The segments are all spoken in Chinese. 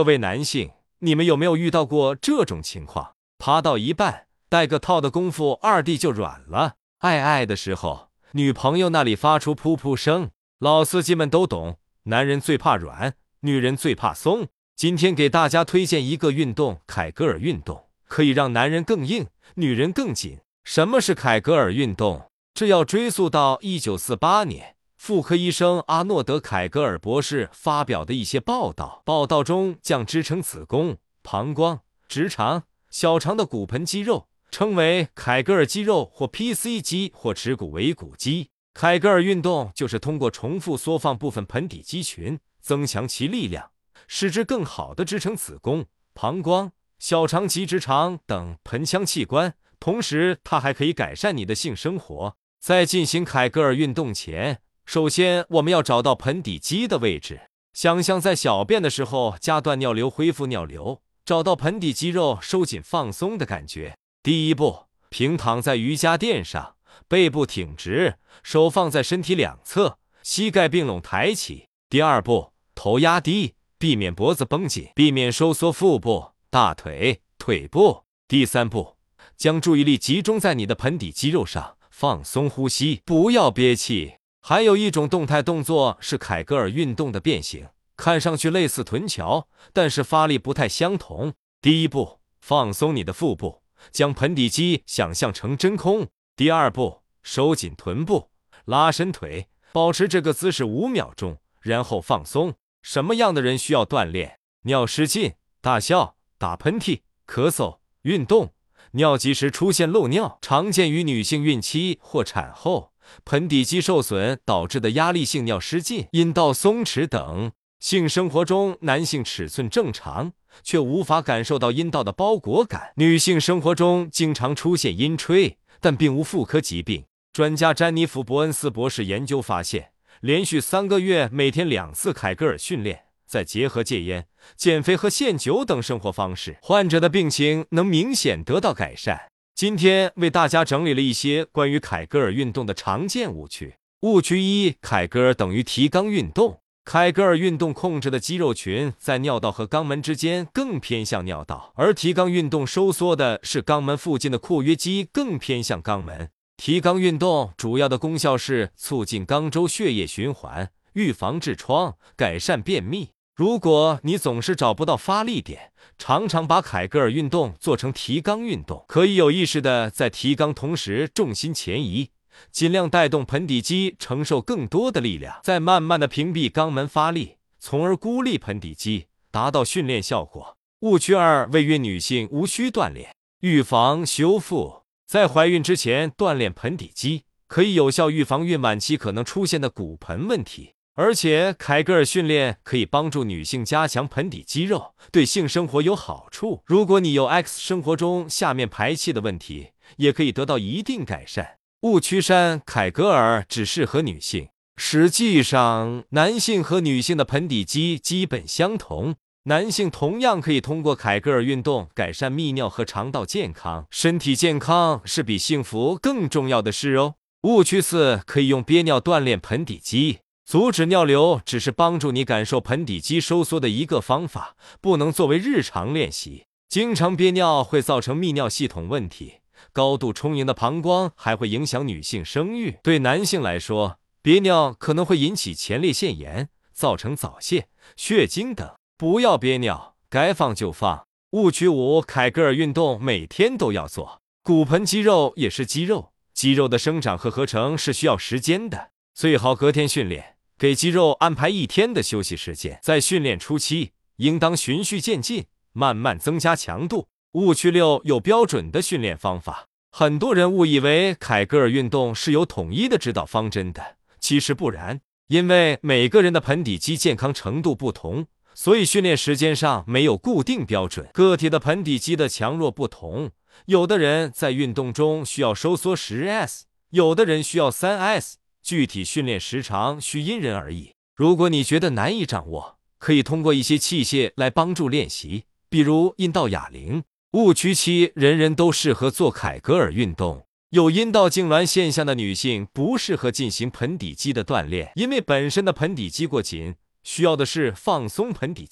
各位男性，你们有没有遇到过这种情况？爬到一半，带个套的功夫，二弟就软了。爱的时候，女朋友那里发出噗噗声。老司机们都懂，男人最怕软，女人最怕松。今天给大家推荐一个运动——凯格尔运动，可以让男人更硬，女人更紧。什么是凯格尔运动？这要追溯到1948年。妇科医生阿诺德·凯格尔博士发表的一些报道中将支撑子宫、膀胱、直肠、小肠的骨盆肌肉称为凯格尔肌肉或 PC 肌或耻骨尾骨肌。凯格尔运动就是通过重复缩放部分盆底肌群，增强其力量，使之更好地支撑子宫、膀胱、小肠及直肠等盆腔器官。同时，它还可以改善你的性生活。在进行凯格尔运动前，首先，我们要找到盆底肌的位置，想象在小便的时候加断尿流恢复尿流，找到盆底肌肉收紧放松的感觉。第一步，平躺在瑜伽垫上，背部挺直，手放在身体两侧，膝盖并拢抬起。第二步，头压低，避免脖子绷紧，避免收缩腹部、大腿、腿部。第三步，将注意力集中在你的盆底肌肉上，放松呼吸，不要憋气。还有一种动态动作是凯格尔运动的变形，看上去类似臀桥，但是发力不太相同。第一步，放松你的腹部，将盆底肌想象成真空。第二步，收紧臀部，拉伸腿，保持这个姿势5秒钟，然后放松。什么样的人需要锻炼？尿失禁、大笑、打喷嚏、咳嗽、运动、尿急时出现漏尿，常见于女性孕期或产后。盆底肌受损导致的压力性尿失禁、阴道松弛等。性生活中，男性尺寸正常，却无法感受到阴道的包裹感。女性生活中经常出现阴吹，但并无妇科疾病。专家詹妮弗·伯恩斯博士研究发现，连续3个月每天2次凯格尔训练，再结合戒烟、减肥和限酒等生活方式，患者的病情能明显得到改善。今天为大家整理了一些关于凯格尔运动的常见误区。误区1：凯格尔等于提肛运动。凯格尔运动控制的肌肉群在尿道和肛门之间更偏向尿道，而提肛运动收缩的是肛门附近的括约肌，更偏向肛门。提肛运动主要的功效是促进肛周血液循环，预防痔疮，改善便秘。如果你总是找不到发力点，常常把凯格尔运动做成提肛运动，可以有意识的在提肛同时重心前移，尽量带动盆底肌承受更多的力量，再慢慢的屏蔽肛门发力，从而孤立盆底肌，达到训练效果。误区2：未孕女性无需锻炼。预防修复。在怀孕之前锻炼盆底肌，可以有效预防孕晚期可能出现的骨盆问题。而且凯格尔训练可以帮助女性加强盆底肌肉，对性生活有好处。如果你有 X 生活中下面排气的问题，也可以得到一定改善。误区3：凯格尔只适合女性。实际上，男性和女性的盆底肌基本相同，男性同样可以通过凯格尔运动改善泌尿和肠道健康。身体健康是比幸福更重要的事哦。误区4：可以用憋尿锻炼盆底肌。阻止尿流只是帮助你感受盆底肌收缩的一个方法，不能作为日常练习。经常憋尿会造成泌尿系统问题，高度充盈的膀胱还会影响女性生育。对男性来说，憋尿可能会引起前列腺炎，造成早泄、血精等。不要憋尿，该放就放。误区5：凯格尔运动每天都要做。骨盆肌肉也是肌肉，肌肉的生长和合成是需要时间的，最好隔天训练。给肌肉安排1天的休息时间，在训练初期，应当循序渐进，慢慢增加强度。误区6：有标准的训练方法。很多人误以为凯格尔运动是有统一的指导方针的，其实不然，因为每个人的盆底肌健康程度不同，所以训练时间上没有固定标准。个体的盆底肌的强弱不同，有的人在运动中需要收缩10S， 有的人需要3S。具体训练时长需因人而异。如果你觉得难以掌握，可以通过一些器械来帮助练习，比如阴道哑铃。误区7：人人都适合做凯格尔运动。有阴道痉挛现象的女性不适合进行盆底肌的锻炼，因为本身的盆底肌过紧，需要的是放松盆底肌，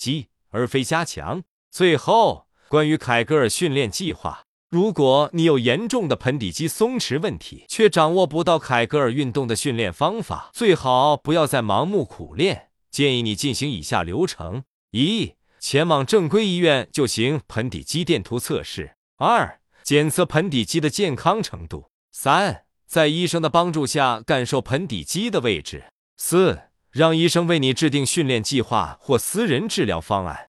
而非加强。最后，关于凯格尔训练计划，如果你有严重的盆底肌松弛问题，却掌握不到凯格尔运动的训练方法，最好不要再盲目苦练。建议你进行以下流程：一、前往正规医院就行盆底肌电图测试；二、检测盆底肌的健康程度；三、在医生的帮助下感受盆底肌的位置；四、让医生为你制定训练计划或私人治疗方案。